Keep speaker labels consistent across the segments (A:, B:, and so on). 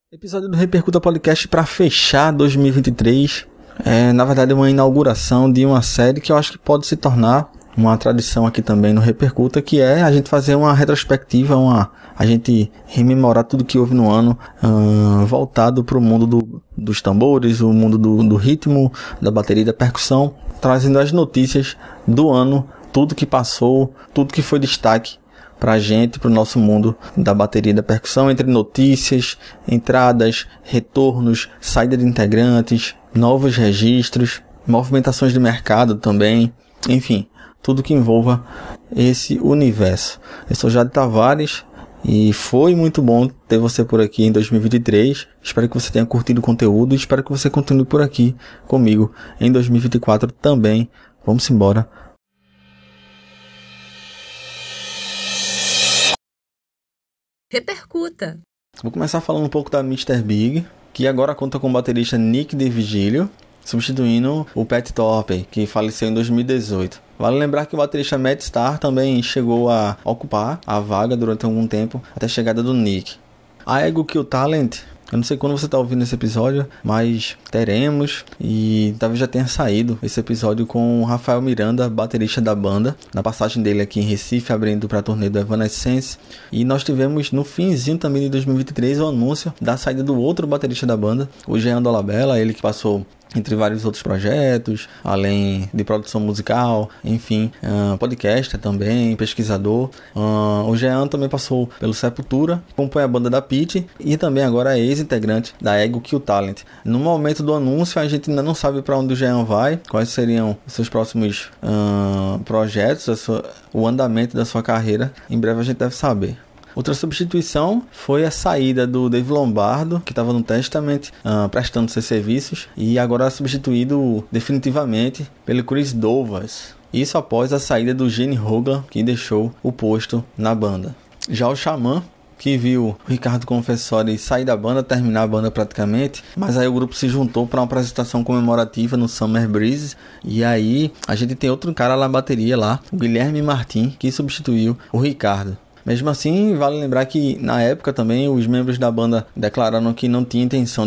A: Episódio do Repercuta Podcast para fechar 2023. Na verdade, uma inauguração de uma série que eu acho que pode se tornar uma tradição aqui também no Repercuta, que é a gente fazer uma retrospectiva, a gente rememorar tudo que houve no ano, voltado para o mundo dos tambores, o mundo do ritmo, da bateria e da percussão, trazendo as notícias do ano, tudo que passou, tudo que foi destaque pra gente, pro nosso mundo da bateria e da percussão, entre notícias, entradas, retornos, saída de integrantes, novos registros, movimentações de mercado também, enfim, tudo que envolva esse universo. Eu sou Jade Tavares e foi muito bom ter você por aqui em 2023. Espero que você tenha curtido o conteúdo e espero que você continue por aqui comigo em 2024 também. Vamos embora.
B: Repercuta.
A: Vou começar falando um pouco da Mr. Big, que agora conta com o baterista Nick De Vigilio, substituindo o Pat Torpey, que faleceu em 2018. Vale lembrar que o baterista Matt Starr também chegou a ocupar a vaga durante algum tempo, até a chegada do Nick. A Ego Kill Talent, eu não sei quando você está ouvindo esse episódio, mas teremos, e talvez já tenha saído esse episódio com o Rafael Miranda, baterista da banda, na passagem dele aqui em Recife, abrindo para a turnê do Evanescence. E nós tivemos no finzinho também de 2023 o anúncio da saída do outro baterista da banda, o Jean Dolabella, ele que passou entre vários outros projetos, além de produção musical, enfim, podcaster também, pesquisador. O Jean também passou pelo Sepultura, compõe a banda da Pitty e também agora é ex-integrante da Ego Kill Talent. No momento do anúncio, a gente ainda não sabe para onde o Jean vai, quais seriam os seus próximos projetos, o andamento da sua carreira. Em breve a gente deve saber. Outra substituição foi a saída do Dave Lombardo, que estava no Testament, prestando seus serviços, e agora substituído definitivamente pelo Chris Dovas. Isso após a saída do Gene Hoglan, que deixou o posto na banda. Já o Xamã, que viu o Ricardo Confessori sair da banda, terminar a banda praticamente, mas aí o grupo se juntou para uma apresentação comemorativa no Summer Breeze, e aí a gente tem outro cara na bateria lá, o Guilherme Martin, que substituiu o Ricardo. Mesmo assim, vale lembrar que na época também os membros da banda declararam que não tinha intenção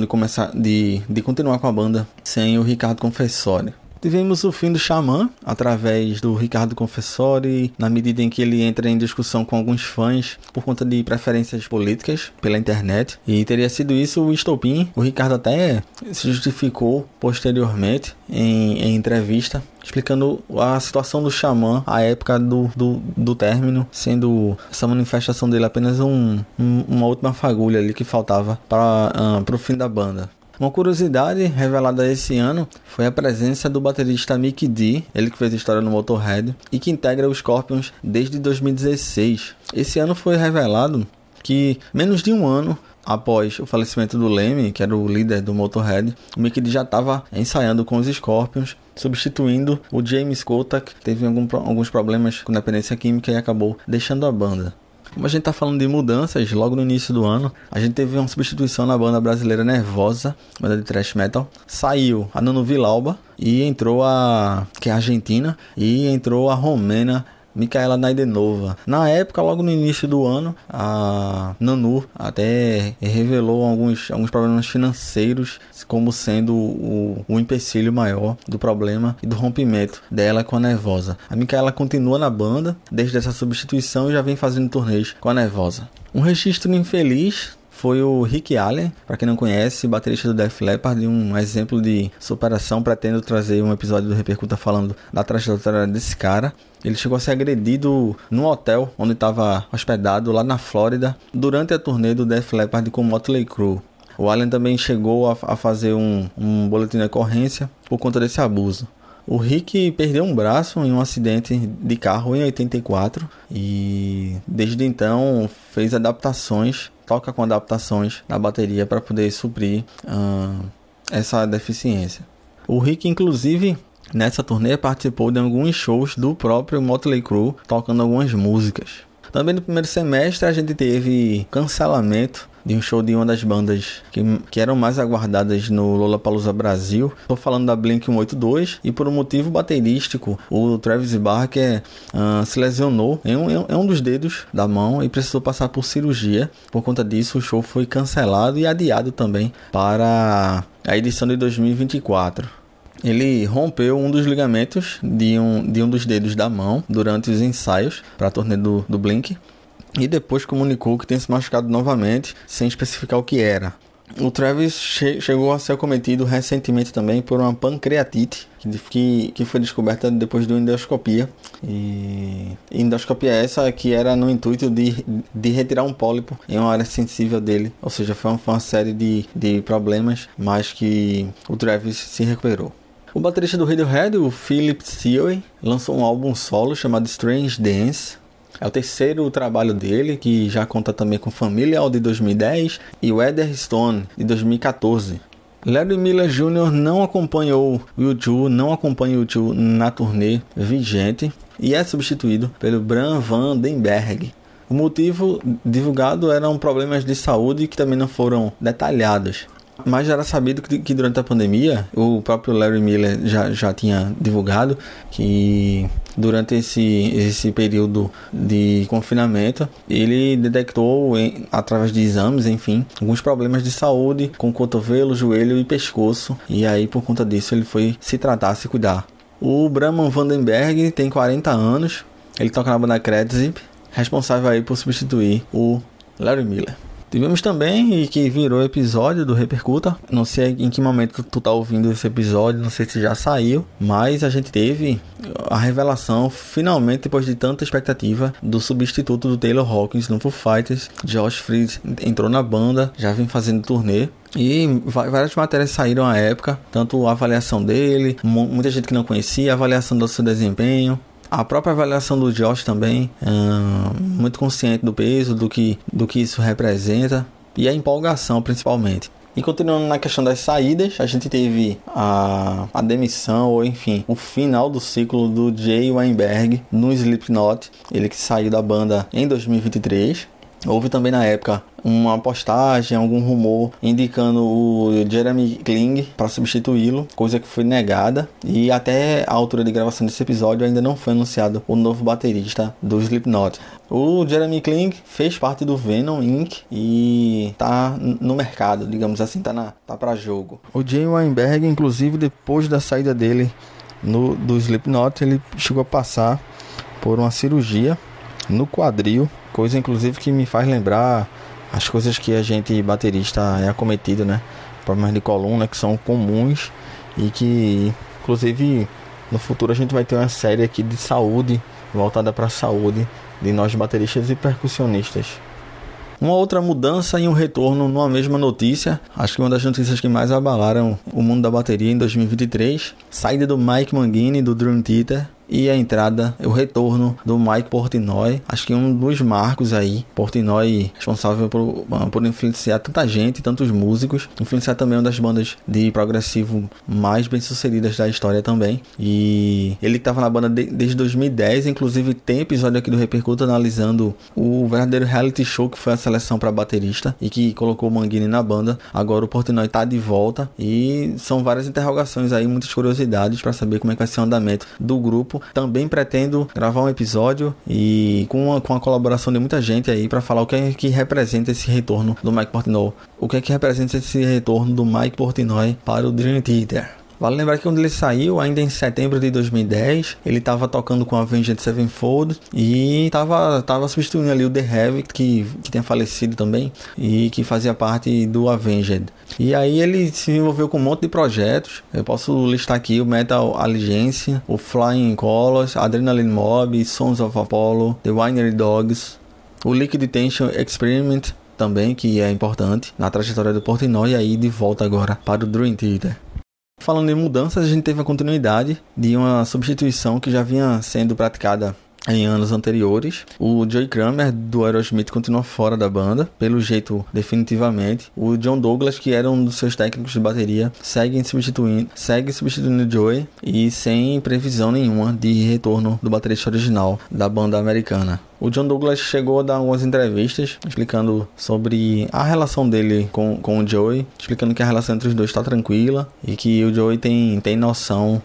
A: de continuar com a banda sem o Ricardo Confessori. Tivemos o fim do Xamã, através do Ricardo Confessori, na medida em que ele entra em discussão com alguns fãs por conta de preferências políticas pela internet. E teria sido isso o estopim. O Ricardo até se justificou posteriormente em entrevista, explicando a situação do Xamã, a época do término, sendo essa manifestação dele apenas uma última fagulha ali que faltava para o fim da banda. Uma curiosidade revelada esse ano foi a presença do baterista Mikkey Dee, ele que fez história no Motorhead e que integra os Scorpions desde 2016. Esse ano foi revelado que, menos de um ano após o falecimento do Lemmy, que era o líder do Motorhead, o Mikkey Dee já estava ensaiando com os Scorpions, substituindo o James Kottak, que teve alguns problemas com dependência química e acabou deixando a banda. Como a gente tá falando de mudanças, logo no início do ano, a gente teve uma substituição na banda brasileira Nervosa, banda de thrash metal. Saiu a Nanu Villalba e entrou que é argentina, e entrou a romena Micaela Naidenova. Na época, logo no início do ano, a Nanu até revelou alguns problemas financeiros como sendo o empecilho maior do problema e do rompimento dela com a Nervosa. A Micaela continua na banda desde essa substituição e já vem fazendo turnês com a Nervosa. Um registro infeliz foi o Rick Allen, para quem não conhece, baterista do Def Leppard, um exemplo de superação. Pretendo trazer um episódio do Repercuta falando da trajetória desse cara. Ele chegou a ser agredido num hotel onde estava hospedado lá na Flórida durante a turnê do Def Leppard com Motley Crue. O Allen também chegou a fazer um boletim de ocorrência por conta desse abuso. O Rick perdeu um braço em um acidente de carro em 84 e desde então fez toca com adaptações na bateria para poder suprir essa deficiência. O Rick, inclusive, nessa turnê participou de alguns shows do próprio Motley Crue, tocando algumas músicas. Também no primeiro semestre a gente teve cancelamento de um show de uma das bandas que eram mais aguardadas no Lollapalooza Brasil. Estou falando da Blink-182 e por um motivo baterístico, o Travis Barker se lesionou em um dos dedos da mão e precisou passar por cirurgia. Por conta disso, o show foi cancelado e adiado também para a edição de 2024. Ele rompeu um dos ligamentos de um dos dedos da mão durante os ensaios para a turnê do Blink e depois comunicou que tem se machucado novamente, sem especificar o que era. O Travis chegou a ser acometido recentemente também por uma pancreatite que foi descoberta depois de uma endoscopia. E endoscopia essa que era no intuito de retirar um pólipo em uma área sensível dele. Ou seja, foi uma série de problemas, mas que o Travis se recuperou. O baterista do Radiohead, o Philip Sewell, lançou um álbum solo chamado Strange Dance. É o terceiro trabalho dele, que já conta também com Familial de 2010 e o Eder Stone de 2014. Larry Miller Jr. não acompanha o U2 na turnê vigente e é substituído pelo Bram Van Den Berg. O motivo divulgado eram problemas de saúde que também não foram detalhados. Mas já era sabido que durante a pandemia, o próprio Larry Miller já tinha divulgado que durante esse período de confinamento, ele detectou, através de exames, enfim, alguns problemas de saúde com cotovelo, joelho e pescoço. E aí, por conta disso, ele foi se tratar, se cuidar. O Bram Van Den Berg tem 40 anos, ele toca na banda Kredzip, responsável aí por substituir o Larry Miller. Tivemos também, e que virou episódio do Repercuta, não sei em que momento tu tá ouvindo esse episódio, não sei se já saiu, mas a gente teve a revelação, finalmente, depois de tanta expectativa, do substituto do Taylor Hawkins no Foo Fighters. Josh Freese entrou na banda, já vem fazendo turnê. E várias matérias saíram à época, tanto a avaliação dele, muita gente que não conhecia, a avaliação do seu desempenho. A própria avaliação do Josh também, muito consciente do peso, do que isso representa e a empolgação principalmente. E continuando na questão das saídas, a gente teve a demissão, ou enfim, o final do ciclo do Jay Weinberg no Slipknot, ele que saiu da banda em 2023. Houve também na época uma postagem, algum rumor indicando o Jeremy Kling para substituí-lo, coisa que foi negada, e até a altura de gravação desse episódio ainda não foi anunciado o novo baterista do Slipknot. O Jeremy Kling fez parte do Venom Inc. e tá no mercado, digamos assim, tá para jogo. O Jay Weinberg, inclusive, depois da saída dele do Slipknot, ele chegou a passar por uma cirurgia no quadril, coisa inclusive que me faz lembrar as coisas que a gente baterista é acometido, né? Problemas de coluna que são comuns e que inclusive no futuro a gente vai ter uma série aqui de saúde, voltada para a saúde de nós bateristas e percussionistas. Uma outra mudança e um retorno numa mesma notícia, acho que uma das notícias que mais abalaram o mundo da bateria em 2023, saída do Mike Mangini do Dream Theater e a entrada, o retorno do Mike Portnoy, acho que um dos marcos aí. Portnoy responsável por influenciar tanta gente, tantos músicos, influenciar também uma das bandas de progressivo mais bem sucedidas da história também, e ele que estava na banda desde 2010, inclusive tem episódio aqui do Repercuta analisando o verdadeiro reality show que foi a seleção para baterista e que colocou o Mangini na banda. Agora o Portnoy tá de volta e são várias interrogações aí, muitas curiosidades para saber como é que vai ser o andamento do grupo. Também pretendo gravar um episódio e com a colaboração de muita gente aí para falar o que é que representa esse retorno do Mike Portnoy. O que é que representa esse retorno do Mike Portnoy para o Dream Theater. Vale lembrar que quando ele saiu, ainda em setembro de 2010, ele estava tocando com a Avenged Sevenfold e estava substituindo ali o The Heavy, que tinha falecido também e que fazia parte do Avenged. E aí ele se envolveu com um monte de projetos. Eu posso listar aqui o Metal Allegiance, o Flying Colors, Adrenaline Mob, Sons of Apollo, The Winery Dogs, o Liquid Tension Experiment também, que é importante na trajetória do Portnoy, e aí de volta agora para o Dream Theater. Falando em mudanças, a gente teve a continuidade de uma substituição que já vinha sendo praticada em anos anteriores. O Joey Kramer do Aerosmith continua fora da banda, pelo jeito definitivamente. O John Douglas, que era um dos seus técnicos de bateria, segue substituindo o Joey e sem previsão nenhuma de retorno do baterista original da banda americana. O John Douglas chegou a dar algumas entrevistas explicando sobre a relação dele com o Joey, explicando que a relação entre os dois está tranquila e que o Joey tem noção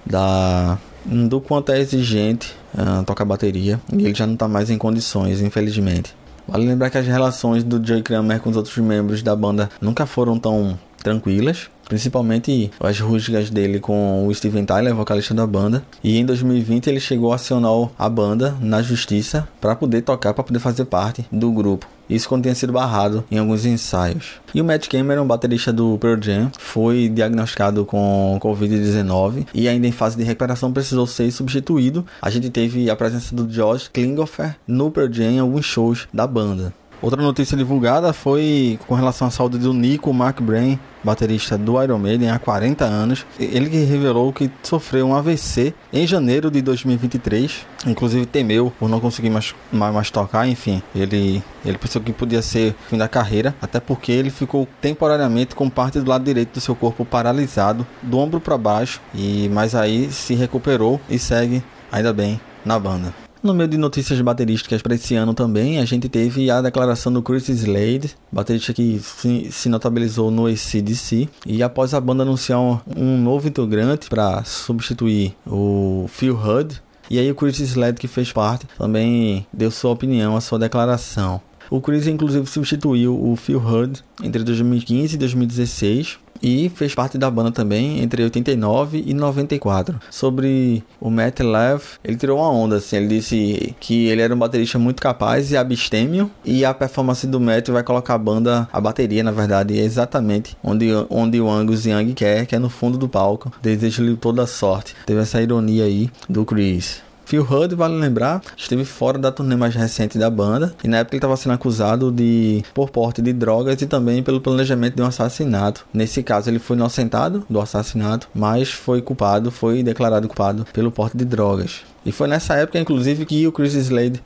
A: do quanto é exigente tocar bateria, e ele já não está mais em condições, infelizmente. Vale lembrar que as relações do Joey Kramer com os outros membros da banda nunca foram tão tranquilas, principalmente as rusgas dele com o Steven Tyler, vocalista da banda. E em 2020 ele chegou a acionar a banda na justiça para poder tocar, para poder fazer parte do grupo. Isso quando tinha sido barrado em alguns ensaios. E o Matt Cameron, baterista do Pearl Jam, foi diagnosticado com Covid-19 e ainda em fase de recuperação precisou ser substituído. A gente teve a presença do Josh Klinghoffer no Pearl Jam em alguns shows da banda. Outra notícia divulgada foi com relação à saúde do Nico McBrain, baterista do Iron Maiden há 40 anos. Ele que revelou que sofreu um AVC em janeiro de 2023. Inclusive temeu por não conseguir mais tocar. Enfim, ele pensou que podia ser o fim da carreira, até porque ele ficou temporariamente com parte do lado direito do seu corpo paralisado, do ombro para baixo. Mas aí se recuperou e segue, ainda bem, na banda. No meio de notícias baterísticas para esse ano também, a gente teve a declaração do Chris Slade, baterista que se notabilizou no AC/DC, e após a banda anunciar um novo integrante para substituir o Phil Rudd, e aí o Chris Slade, que fez parte, também deu sua opinião, a sua declaração. O Chris inclusive substituiu o Phil Rudd entre 2015 e 2016 e fez parte da banda também entre 89 e 94. Sobre o Matt Lev, ele tirou uma onda, assim, ele disse que ele era um baterista muito capaz e abstêmio, e a performance do Matt vai colocar a bateria, na verdade, exatamente onde o Angus Young quer, que é no fundo do palco. Desejo-lhe toda a sorte. Teve essa ironia aí do Chris. Phil Rudd, vale lembrar, esteve fora da turnê mais recente da banda, e na época ele estava sendo acusado por porte de drogas e também pelo planejamento de um assassinato. Nesse caso ele foi inocentado do assassinato, mas foi declarado culpado pelo porte de drogas. E foi nessa época, inclusive, que o Chris Slade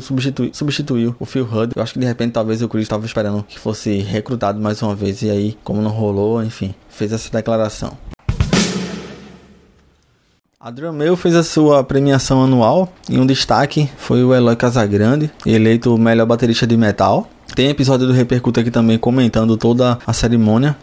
A: substituiu o Phil Rudd. Eu acho que de repente talvez o Chris estava esperando que fosse recrutado mais uma vez, e aí, como não rolou, enfim, fez essa declaração. A Drummel fez a sua premiação anual e um destaque foi o Eloy Casagrande, eleito o melhor baterista de metal. Tem episódio do Repercuta aqui também comentando toda a cerimônia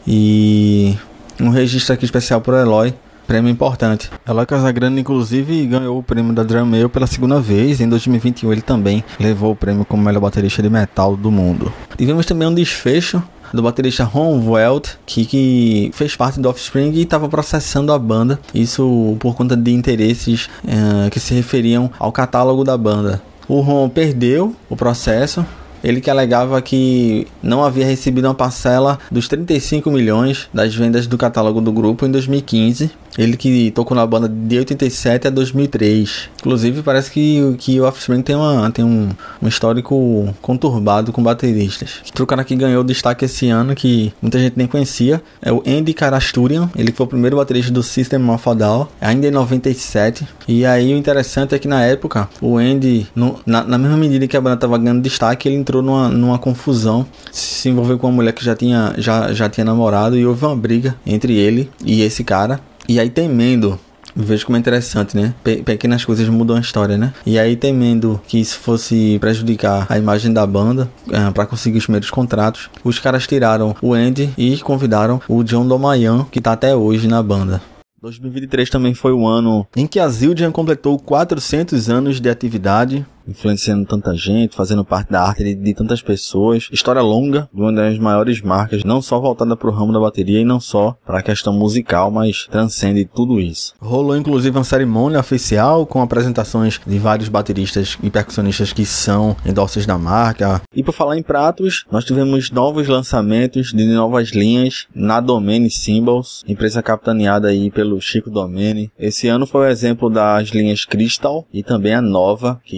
A: e um registro aqui especial para o Eloy, prêmio importante. Eloy Casagrande inclusive ganhou o prêmio da Drummel pela segunda vez. Em 2021 ele também levou o prêmio como melhor baterista de metal do mundo. Tivemos também um desfecho do baterista Ron Voelt, que fez parte do Offspring e estava processando a banda, isso por conta de interesses que se referiam ao catálogo da banda. O Ron perdeu o processo, ele que alegava que não havia recebido uma parcela dos 35 milhões das vendas do catálogo do grupo em 2015. Ele que tocou na banda de 87 a 2003. Inclusive parece que o Offspring tem um histórico conturbado com bateristas. Outro cara que ganhou destaque esse ano, que muita gente nem conhecia, é o Andy Karasturian. Ele foi o primeiro baterista do System of a Down, ainda em 97. E aí o interessante é que na época, o Andy, na mesma medida que a banda estava ganhando destaque, ele entrou numa confusão, se envolveu com uma mulher que já tinha namorado, e houve uma briga entre ele e esse cara. E aí temendo, veja como é interessante, né? Pequenas coisas mudam a história, né? E aí temendo que isso fosse prejudicar a imagem da banda, para conseguir os primeiros contratos, os caras tiraram o Andy e convidaram o John Domayan, que tá até hoje na banda. 2023 também foi o ano em que a Zildjian completou 400 anos de atividade, influenciando tanta gente, fazendo parte da arte de tantas pessoas. História longa, de uma das maiores marcas, não só voltada para o ramo da bateria e não só para a questão musical, mas transcende tudo isso. Rolou inclusive uma cerimônia oficial com apresentações de vários bateristas e percussionistas que são endossos da marca. E por falar em pratos, nós tivemos novos lançamentos de novas linhas na Domene Cymbals, empresa capitaneada aí pelo Chico Domene. Esse ano foi o exemplo das linhas Crystal e também a Nova, que ganharam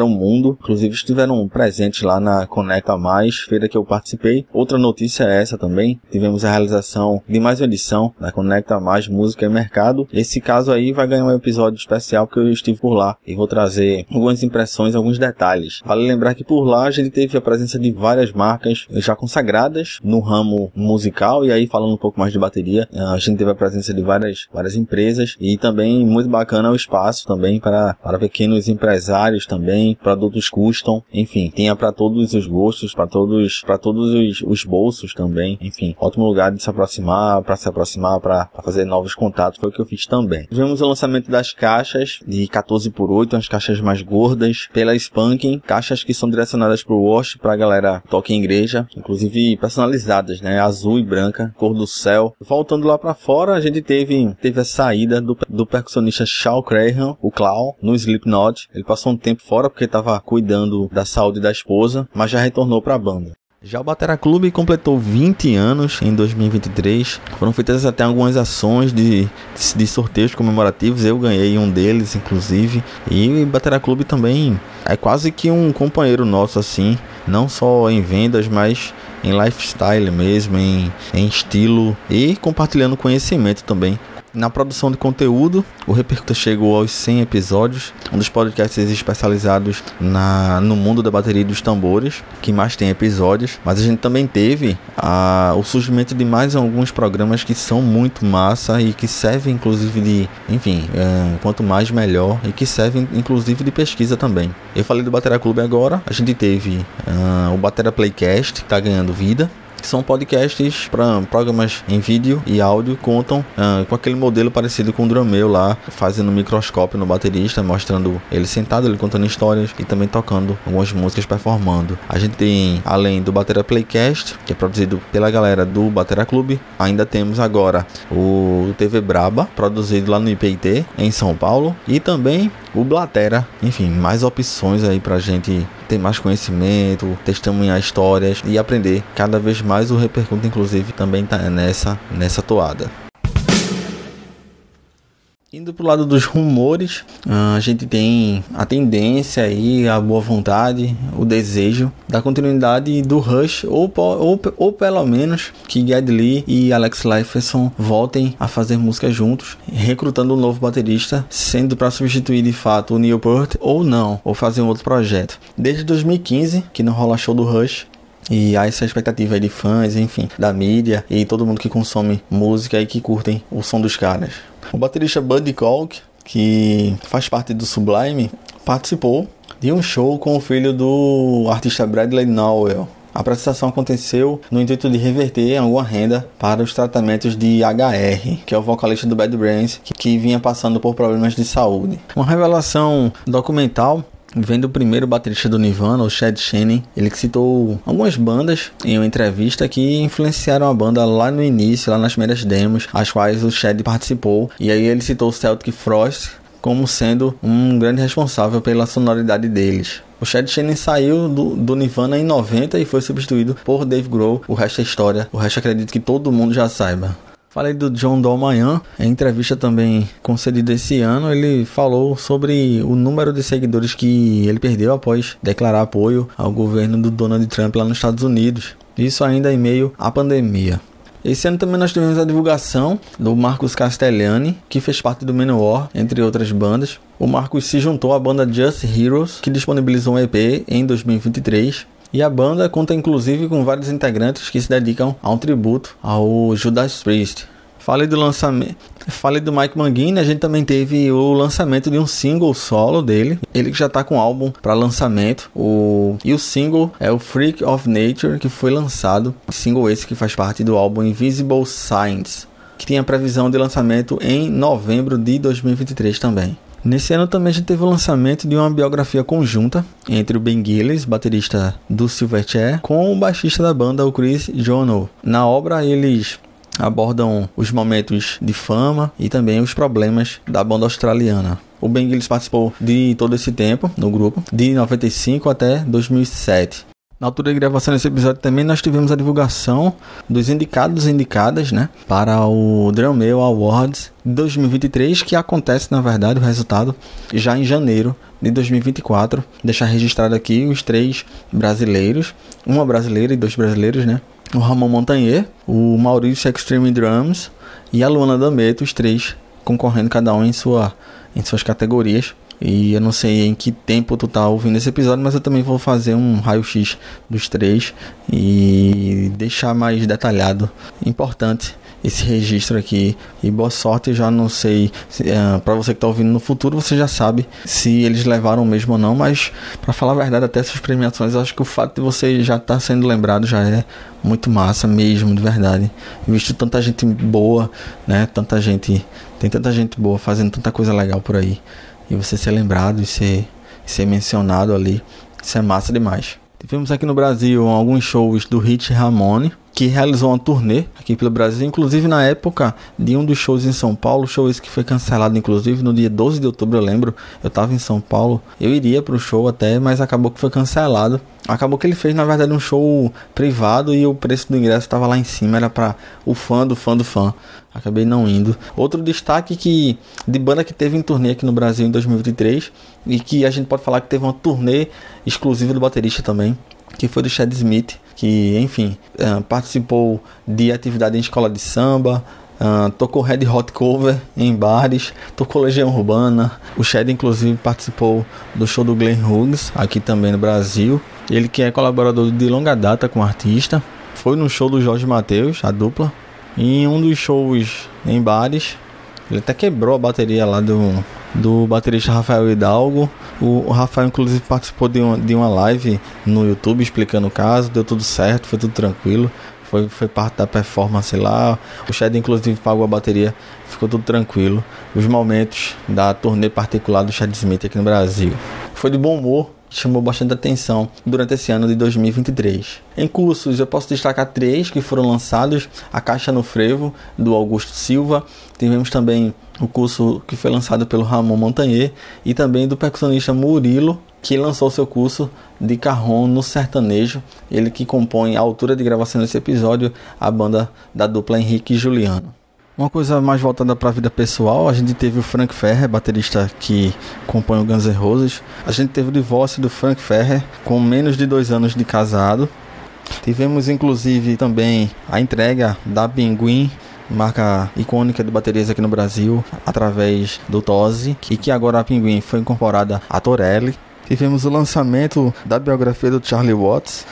A: o mundo, inclusive estiveram presentes lá na Conecta Mais, feira que eu participei. Outra notícia é essa também, tivemos a realização de mais uma edição da Conecta Mais Música e Mercado. Esse caso aí vai ganhar um episódio especial porque eu estive por lá e vou trazer algumas impressões, alguns detalhes. Vale lembrar que por lá a gente teve a presença de várias marcas já consagradas no ramo musical, e aí falando um pouco mais de bateria, a gente teve a presença de várias empresas, e também muito bacana o espaço também para pequenos empresários também, produtos custom, enfim, tinha para todos os gostos, para todos os bolsos também, enfim, ótimo lugar de se aproximar, para fazer novos contatos, foi o que eu fiz também. Tivemos o lançamento das caixas de 14x8, as caixas mais gordas, pela Spanking, caixas que são direcionadas para o wash, para a galera toca em igreja, inclusive personalizadas, né, azul e branca, cor do céu. Voltando lá para fora, a gente teve a saída do percussionista Shaw Crahan, o Clown, no Slipknot. Ele passou um tempo fora porque estava cuidando da saúde da esposa, mas já retornou para a banda. Já o Batera Clube completou 20 anos em 2023. Foram feitas até algumas ações de sorteios comemorativos. Eu ganhei um deles, inclusive. E o Batera Clube também é quase que um companheiro nosso, assim. Não só em vendas, mas em lifestyle mesmo, em estilo e compartilhando conhecimento também. Na produção de conteúdo, o Repercuta chegou aos 100 episódios, um dos podcasts especializados no mundo da bateria e dos tambores, que mais tem episódios, mas a gente também teve o surgimento de mais alguns programas que são muito massa e que servem inclusive de, enfim, quanto mais melhor, e que servem inclusive de pesquisa também. Eu falei do Batera Clube agora, a gente teve o Batera Playcast, que está ganhando vida. São podcasts para programas em vídeo e áudio, contam com aquele modelo parecido com o Drumeo lá, fazendo um microscópio no baterista, mostrando ele sentado, ele contando histórias e também tocando algumas músicas, performando. A gente tem, além do Batera Playcast, que é produzido pela galera do Batera Clube, ainda temos agora o TV Braba, produzido lá no IPT, em São Paulo, e também o Blatera. Enfim, mais opções aí pra gente ter mais conhecimento, testemunhar histórias e aprender cada vez mais. O Repercuta, inclusive, também tá nessa toada. Indo pro lado dos rumores, a gente tem a tendência aí, a boa vontade, o desejo da continuidade do Rush, ou pelo menos que Geddy Lee e Alex Lifeson voltem a fazer música juntos, recrutando um novo baterista, sendo para substituir de fato o Neil Peart ou não, ou fazer um outro projeto. Desde 2015, que não rola show do Rush, e há essa expectativa aí de fãs, enfim, da mídia e todo mundo que consome música e que curtem o som dos caras. O baterista Buddy Kolk, que faz parte do Sublime, participou de um show com o filho do artista Bradley Nowell. A apresentação aconteceu no intuito de reverter alguma renda para os tratamentos de HR, que é o vocalista do Bad Brains, que vinha passando por problemas de saúde. Uma revelação documental vem do primeiro baterista do Nirvana, o Chad Channing. Ele que citou algumas bandas em uma entrevista que influenciaram a banda lá no início, lá nas primeiras demos, as quais o Chad participou. E aí ele citou o Celtic Frost como sendo um grande responsável pela sonoridade deles. O Chad Channing saiu do Nirvana em 90 e foi substituído por Dave Grohl. O resto é história, o resto acredito que todo mundo já saiba. Falei do John Dolmayan, em entrevista também concedida esse ano, ele falou sobre o número de seguidores que ele perdeu após declarar apoio ao governo do Donald Trump lá nos Estados Unidos. Isso ainda em meio à pandemia. Esse ano também nós tivemos a divulgação do Marcus Castellani, que fez parte do Manowar, entre outras bandas. O Marcus se juntou à banda Just Heroes, que disponibilizou um EP em 2023. E a banda conta inclusive com vários integrantes que se dedicam a um tributo ao Judas Priest. Falei do Mike Mangini, a gente também teve o lançamento de um single solo dele. Ele que já está com um álbum para lançamento. E o single é o Freak of Nature, que foi lançado. Single esse que faz parte do álbum Invisible Signs, que tinha previsão de lançamento em novembro de 2023 também. Nesse ano também a gente teve o lançamento de uma biografia conjunta entre o Ben Gillis, baterista do Silverchair, com o baixista da banda, o Chris Jono. Na obra eles abordam os momentos de fama e também os problemas da banda australiana. O Ben Gillis participou de todo esse tempo no grupo, de 95 até 2007. Na altura de gravação desse episódio também nós tivemos a divulgação dos indicados e indicadas, né, para o Drumeo Awards 2023, que acontece, na verdade, o resultado já em janeiro de 2024. Deixar registrado aqui os 3 brasileiros, uma brasileira e 2 brasileiros, né? O Ramon Montanher, o Maurício Extreme Drums e a Luana D'Ameto, os 3 concorrendo cada um em suas categorias. E eu não sei em que tempo tu tá ouvindo esse episódio, mas eu também vou fazer um raio-x dos 3 e deixar mais detalhado. Importante esse registro aqui. E boa sorte. Eu já não sei para você que tá ouvindo no futuro, você já sabe se eles levaram mesmo ou não, mas para falar a verdade, até essas premiações, eu acho que o fato de você já estar sendo lembrado já é muito massa mesmo, de verdade. Visto tanta gente boa, né? Tem tanta gente boa fazendo tanta coisa legal por aí. E você ser lembrado e ser mencionado ali, isso é massa demais. Tivemos aqui no Brasil alguns shows do Hit Ramone, que realizou uma turnê aqui pelo Brasil, inclusive na época de um dos shows em São Paulo, show esse que foi cancelado inclusive no dia 12 de outubro, eu lembro, eu tava em São Paulo, eu iria pro show até, mas acabou que foi cancelado. Acabou que ele fez na verdade um show privado e o preço do ingresso tava lá em cima, era para o fã do fã do fã. Acabei não indo. Outro destaque de banda que teve em turnê aqui no Brasil em 2023 e que a gente pode falar que teve uma turnê exclusiva do baterista também, que foi do Chad Smith, que enfim, participou de atividade em escola de samba, tocou Red Hot Cover em bares, tocou Legião Urbana. O Chad inclusive participou do show do Glenn Hughes aqui também no Brasil. Ele que é colaborador de longa data com o artista, foi no show do Jorge Mateus, a dupla. Em um dos shows em bares, ele até quebrou a bateria lá do baterista Rafael Hidalgo. O Rafael inclusive participou de uma live no YouTube explicando o caso. Deu tudo certo, foi tudo tranquilo. Foi parte da performance lá. O Chad inclusive pagou a bateria, ficou tudo tranquilo. Os momentos da turnê particular do Chad Smith aqui no Brasil. Foi de bom humor, chamou bastante atenção durante esse ano de 2023. Em cursos eu posso destacar 3 que foram lançados: a Caixa no Frevo, do Augusto Silva. Tivemos também o curso que foi lançado pelo Ramon Montanher e também do percussionista Murilo, que lançou seu curso de Carrom no sertanejo. Ele que compõe a altura de gravação desse episódio, a banda da dupla Henrique e Juliano. Uma coisa mais voltada para a vida pessoal, a gente teve o Frank Ferrer, baterista que compõe o Guns N' Roses. A gente teve o divórcio do Frank Ferrer com menos de 2 anos de casado. Tivemos inclusive também a entrega da Pinguim, marca icônica de baterias aqui no Brasil, através do Tosi, e que agora a Pinguim foi incorporada a Torelli. Tivemos o lançamento da biografia do Charlie Watts,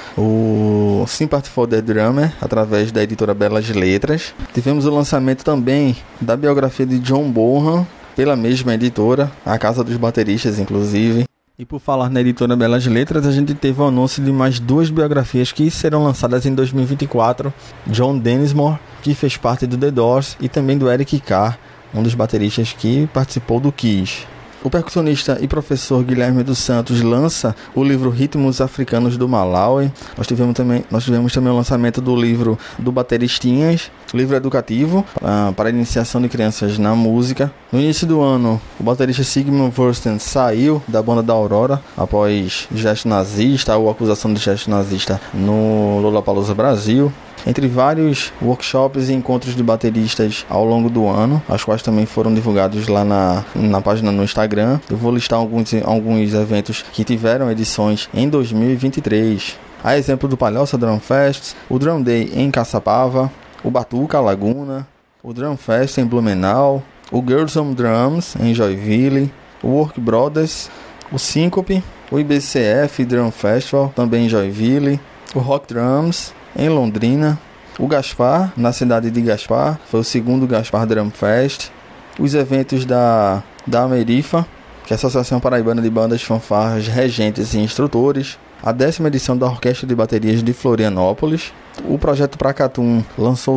A: o Sympathy for the Drummer, através da editora Belas Letras. Tivemos o lançamento também da biografia de John Bonham, pela mesma editora, a Casa dos Bateristas, inclusive. E por falar na editora Belas Letras, a gente teve o anúncio de mais 2 biografias que serão lançadas em 2024. John Densmore, que fez parte do The Doors, e também do Eric Carr, um dos bateristas que participou do Kiss. O percussionista e professor Guilherme dos Santos lança o livro Ritmos Africanos do Malawi. Nós tivemos também o lançamento do livro do Bateristinhas, livro educativo para a iniciação de crianças na música. No início do ano, o baterista Sigmund Versten saiu da banda da Aurora após gesto nazista ou acusação de gesto nazista no Lollapalooza Brasil. Entre vários workshops e encontros de bateristas ao longo do ano, as quais também foram divulgados lá na página no Instagram. Eu vou listar alguns eventos que tiveram edições em 2023. A exemplo do Palhoça Drum Fest, o Drum Day em Caçapava, o Batuca Laguna, o Drum Fest em Blumenau, o Girls on Drums em Joinville, o Work Brothers, o Syncope, o IBCF Drum Festival também em Joinville, o Rock Drums em Londrina, o Gaspar, na cidade de Gaspar, foi o segundo Gaspar Drum Fest, os eventos da Amerifa, que é a Associação Paraibana de Bandas, Fanfarras, Regentes e Instrutores, a 10ª edição da Orquestra de Baterias de Florianópolis. O Projeto Pracatum lançou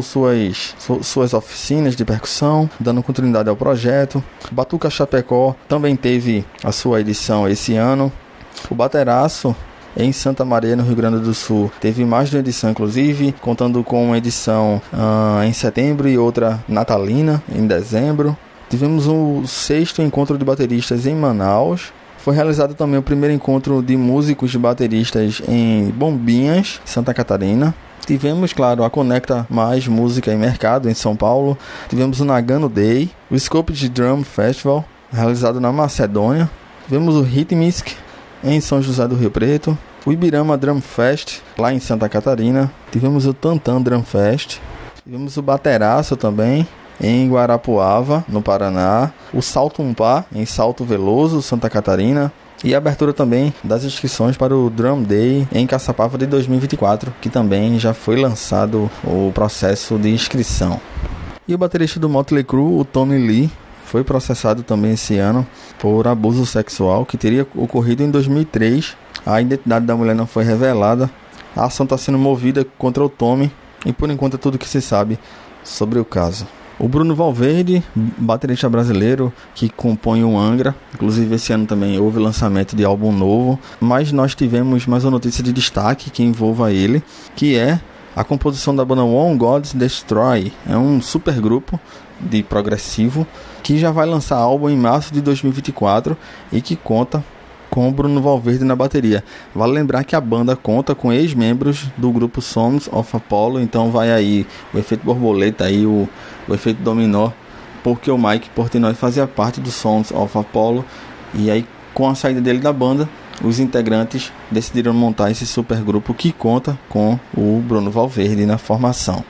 A: suas oficinas de percussão, dando continuidade ao projeto. O Batuca Chapecó também teve a sua edição esse ano. O Bateraço, em Santa Maria, no Rio Grande do Sul, teve mais de uma edição, inclusive, contando com uma edição em setembro e outra natalina, em dezembro. Tivemos o 6º encontro de bateristas em Manaus. Foi realizado também o primeiro encontro de músicos de bateristas em Bombinhas, Santa Catarina. Tivemos, claro, a Conecta Mais Música e Mercado, em São Paulo. Tivemos o Nagano Day, o Skopje Drum Festival, realizado na Macedônia. Tivemos o Ritmisk em São José do Rio Preto, o Ibirama Drum Fest lá em Santa Catarina, tivemos o Tantan Drum Fest, tivemos o Bateraço também em Guarapuava, no Paraná, o Salto Umpá em Salto Veloso, Santa Catarina, e a abertura também das inscrições para o Drum Day em Caçapava de 2024, que também já foi lançado o processo de inscrição. E o baterista do Motley Crue, o Tommy Lee, foi processado também esse ano por abuso sexual que teria ocorrido em 2003. A identidade da mulher não foi revelada. A ação está sendo movida contra o Tommy e por enquanto é tudo que se sabe sobre o caso. O Bruno Valverde, baterista brasileiro que compõe o Angra, inclusive esse ano também houve lançamento de álbum novo, mas nós tivemos mais uma notícia de destaque que envolva ele, que é a composição da banda One Gods Destroy. É um super grupo de progressivo que já vai lançar álbum em março de 2024 e que conta com o Bruno Valverde na bateria. Vale lembrar que a banda conta com ex-membros do grupo Sons of Apollo, então vai aí o efeito borboleta, aí o efeito dominó, porque o Mike Portnoy fazia parte do Sons of Apollo, e aí com a saída dele da banda, os integrantes decidiram montar esse super grupo que conta com o Bruno Valverde na formação.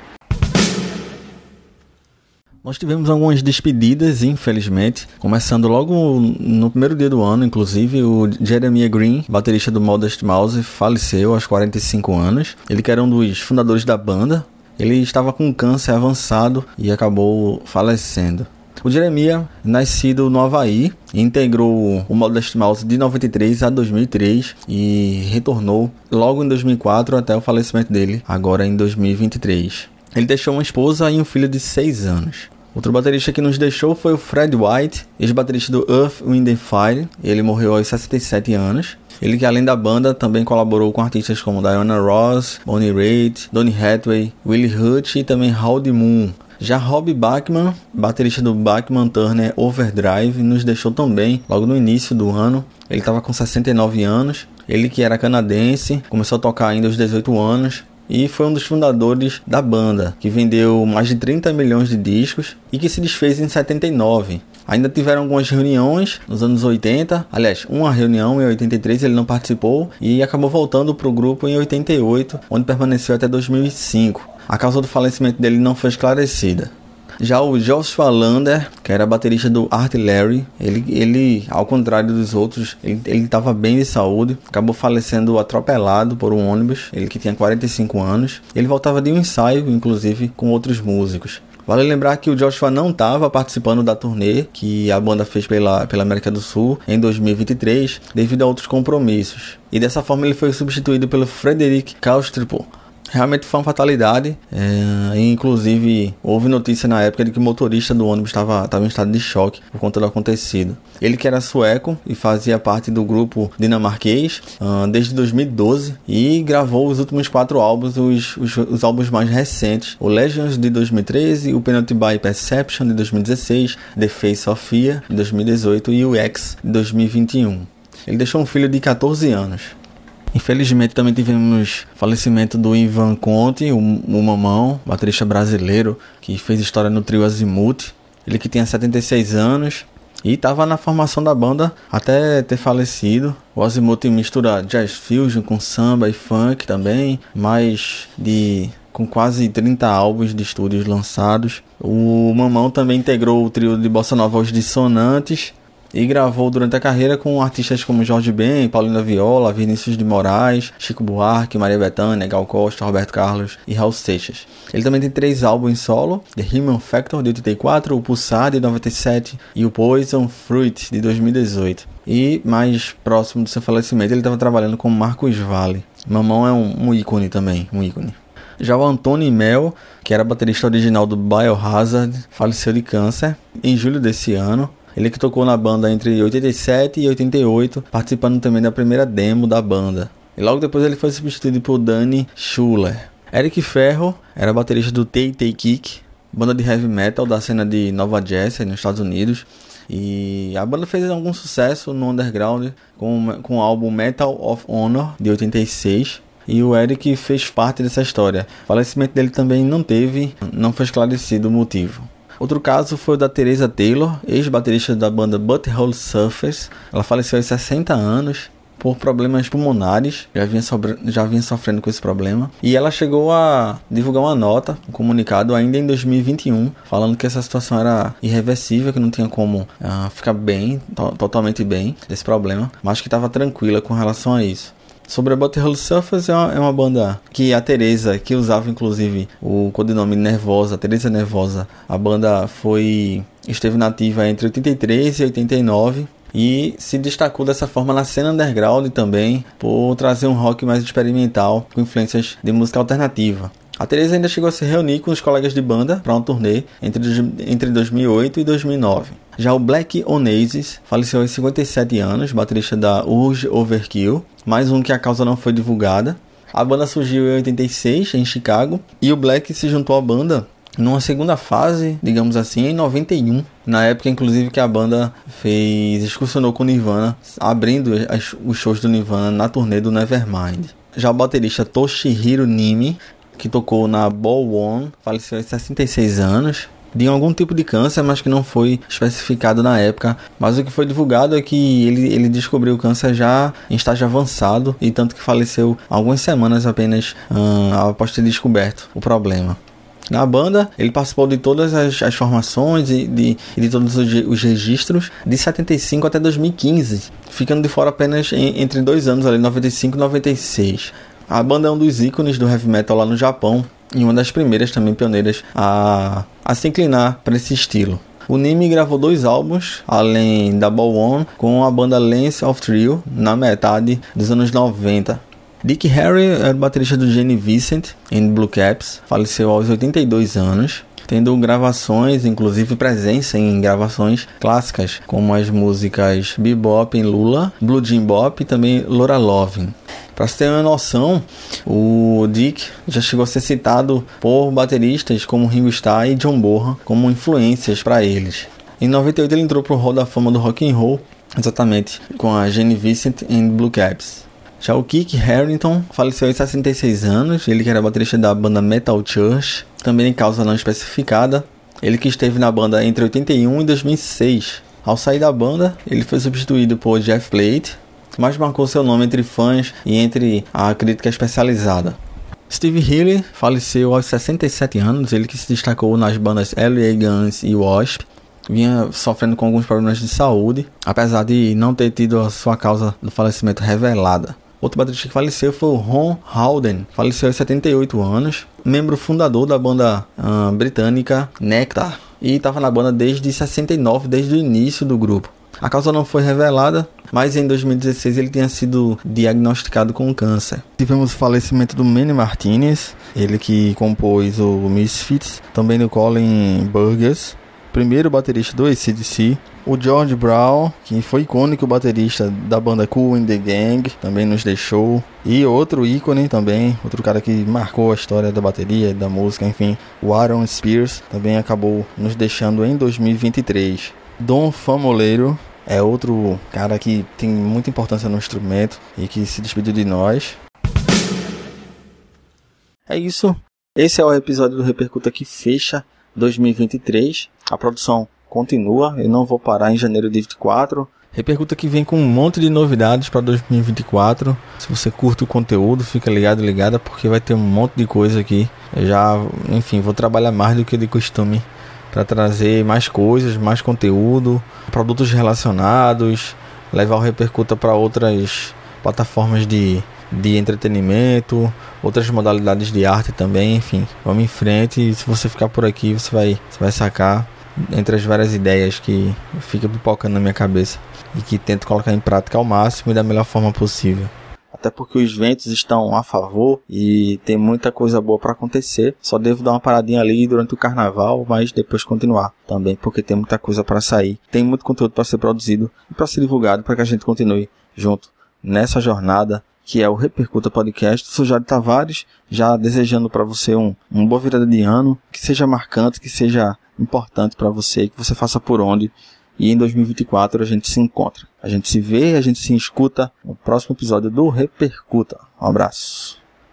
A: Nós tivemos algumas despedidas, infelizmente, começando logo no primeiro dia do ano, inclusive, o Jeremiah Green, baterista do Modest Mouse, faleceu aos 45 anos. Ele que era um dos fundadores da banda, ele estava com câncer avançado e acabou falecendo. O Jeremiah, nascido no Havaí, integrou o Modest Mouse de 93 a 2003 e retornou logo em 2004 até o falecimento dele, agora em 2023. Ele deixou uma esposa e um filho de 6 anos. Outro baterista que nos deixou foi o Fred White, ex-baterista do Earth, Wind and Fire. Ele morreu aos 67 anos. Ele que além da banda também colaborou com artistas como Diana Ross, Bonnie Raitt, Donny Hathaway, Willie Hutch e também Howdy Moon. Já Rob Bachman, baterista do Bachman Turner Overdrive, nos deixou também logo no início do ano. Ele estava com 69 anos. Ele que era canadense, começou a tocar ainda aos 18 anos. E foi um dos fundadores da banda, que vendeu mais de 30 milhões de discos e que se desfez em 79. Ainda tiveram algumas reuniões nos anos 80, aliás, uma reunião em 83 ele não participou e acabou voltando para o grupo em 88, onde permaneceu até 2005. A causa do falecimento dele não foi esclarecida. Já o Joshua Lander, que era baterista do Artillery, ele ao contrário dos outros, ele estava bem de saúde, acabou falecendo atropelado por um ônibus, ele que tinha 45 anos. Ele voltava de um ensaio, inclusive, com outros músicos. Vale lembrar que o Joshua não estava participando da turnê que a banda fez pela América do Sul em 2023, devido a outros compromissos. E dessa forma ele foi substituído pelo Frederick Kaustripo. Realmente foi uma fatalidade, inclusive houve notícia na época de que o motorista do ônibus estava em estado de choque por conta do acontecido. Ele que era sueco e fazia parte do grupo dinamarquês desde 2012 e gravou os últimos 4 álbuns, os álbuns mais recentes: o Legends de 2013, o Penalty by Perception de 2016, The Face of Fear de 2018 e o X de 2021. Ele deixou um filho de 14 anos. Infelizmente também tivemos falecimento do Ivan Conte, o Mamão, baterista brasileiro que fez história no trio Azimuth. Ele que tinha 76 anos e estava na formação da banda até ter falecido. O Azimuth mistura jazz fusion com samba e funk também, com quase 30 álbuns de estúdios lançados. O Mamão também integrou o trio de bossa nova Os Dissonantes e gravou durante a carreira com artistas como Jorge Ben, Paulinho da Viola, Vinícius de Moraes, Chico Buarque, Maria Bethânia, Gal Costa, Roberto Carlos e Raul Seixas. Ele também tem 3 álbuns solo: The Human Factor de 84, o Pulsar de 97 e o Poison Fruit de 2018. E mais próximo do seu falecimento ele estava trabalhando com Marcos Valle. Mamão é um ícone também, um ícone. Já o Antônio Mel, que era baterista original do Biohazard, faleceu de câncer em julho desse ano. Ele que tocou na banda entre 87 e 88, participando também da primeira demo da banda. E logo depois ele foi substituído por Danny Schuller. Eric Ferro era baterista do Tay Kick, banda de heavy metal da cena de Nova Jersey, nos Estados Unidos. E a banda fez algum sucesso no underground com o álbum Metal of Honor, de 86. E o Eric fez parte dessa história. O falecimento dele também não foi esclarecido o motivo. Outro caso foi o da Teresa Taylor, ex-baterista da banda Butthole Surfers. Ela faleceu aos 60 anos por problemas pulmonares, já vinha sofrendo com esse problema. E ela chegou a divulgar uma nota, um comunicado ainda em 2021, falando que essa situação era irreversível, que não tinha como ficar bem, totalmente bem desse problema, mas que estava tranquila com relação a isso. Sobre a Butthole Surfers, é uma banda que a Teresa, que usava inclusive o codinome Nervosa, Teresa Nervosa, a banda esteve nativa entre 83 e 89, e se destacou dessa forma na cena underground também, por trazer um rock mais experimental, com influências de música alternativa. A Teresa ainda chegou a se reunir com os colegas de banda para um turnê entre 2008 e 2009. Já o Black Onassis faleceu aos 57 anos, baterista da Urge Overkill, mais um que a causa não foi divulgada. A banda surgiu em 86, em Chicago, e o Black se juntou à banda numa segunda fase, digamos assim, em 91. Na época, inclusive, que a banda excursionou com o Nirvana, abrindo os shows do Nirvana na turnê do Nevermind. Já o baterista Toshihiro Nimi, que tocou na Ball One, faleceu aos 66 anos, de algum tipo de câncer, mas que não foi especificado na época. Mas o que foi divulgado é que ele descobriu o câncer já em estágio avançado, e tanto que faleceu algumas semanas apenas após ter descoberto o problema. Na banda, ele participou de todas as formações e de todos os registros de 75 até 2015, ficando de fora apenas entre 2 anos, ali, 95 e 96. A banda é um dos ícones do heavy metal lá no Japão, e uma das primeiras também pioneiras a se inclinar para esse estilo. O Nimi gravou 2 álbuns, além da Ball One, com a banda Lance of Trio, na metade dos anos 90. Dick Harry era baterista do Gene Vincent em Blue Caps, faleceu aos 82 anos, tendo gravações, inclusive presença em gravações clássicas, como as músicas Bebop em Lula, Blue Jean Bop e também Laura Lovin'. Para você ter uma noção, o Dick já chegou a ser citado por bateristas como Ringo Starr e John Bonham como influências para eles. Em 98 ele entrou para o Hall da Fama do Rock and Roll, exatamente, com a Gene Vincent em Blue Caps. Já o Kit Harington faleceu aos 66 anos, ele que era baterista da banda Metal Church, também em causa não especificada. Ele que esteve na banda entre 81 e 2006. Ao sair da banda, ele foi substituído por Jeff Plate, mas marcou seu nome entre fãs e entre a crítica especializada. Steve Healy faleceu aos 67 anos, ele que se destacou nas bandas L.A. Guns e Wasp. Vinha sofrendo com alguns problemas de saúde, apesar de não ter tido a sua causa do falecimento revelada. Outro baterista que faleceu foi o Ron Howden, faleceu aos 78 anos, membro fundador da banda britânica Nectar, e estava na banda desde 69, desde o início do grupo. A causa não foi revelada, mas em 2016 ele tinha sido diagnosticado com câncer. Tivemos o falecimento do Manny Martinez, ele que compôs o Misfits, também do Colin Burgess, primeiro baterista do AC/DC. O George Brown, que foi icônico baterista da banda Kool and the Gang, também nos deixou. E outro ícone também, outro cara que marcou a história da bateria e da música, enfim, o Aaron Spears, também acabou nos deixando em 2023. Don Famoleiro é outro cara que tem muita importância no instrumento e que se despediu de nós. É isso. Esse é o episódio do Repercuta que fecha 2023. A produção continua, eu não vou parar em janeiro de 2024. Repercuta que vem com um monte de novidades para 2024. Se você curte o conteúdo, fica ligada, porque vai ter um monte de coisa aqui. Eu já, enfim, vou trabalhar mais do que de costume para trazer mais coisas, mais conteúdo, produtos relacionados, levar o Repercuta para outras plataformas de entretenimento, outras modalidades de arte também, enfim. Vamos em frente, e se você ficar por aqui, você vai sacar entre as várias ideias que fica pipocando na minha cabeça e que tento colocar em prática ao máximo e da melhor forma possível. Até porque os ventos estão a favor e tem muita coisa boa para acontecer. Só devo dar uma paradinha ali durante o carnaval, mas depois continuar também, porque tem muita coisa para sair. Tem muito conteúdo para ser produzido e para ser divulgado, para que a gente continue junto nessa jornada que é o Repercuta Podcast. Sou Jário Tavares, já desejando para você uma boa virada de ano, que seja marcante, que seja importante para você, que você faça por onde. E em 2024 a gente se encontra. A gente se vê, a gente se escuta no próximo episódio do Repercuta. Um abraço.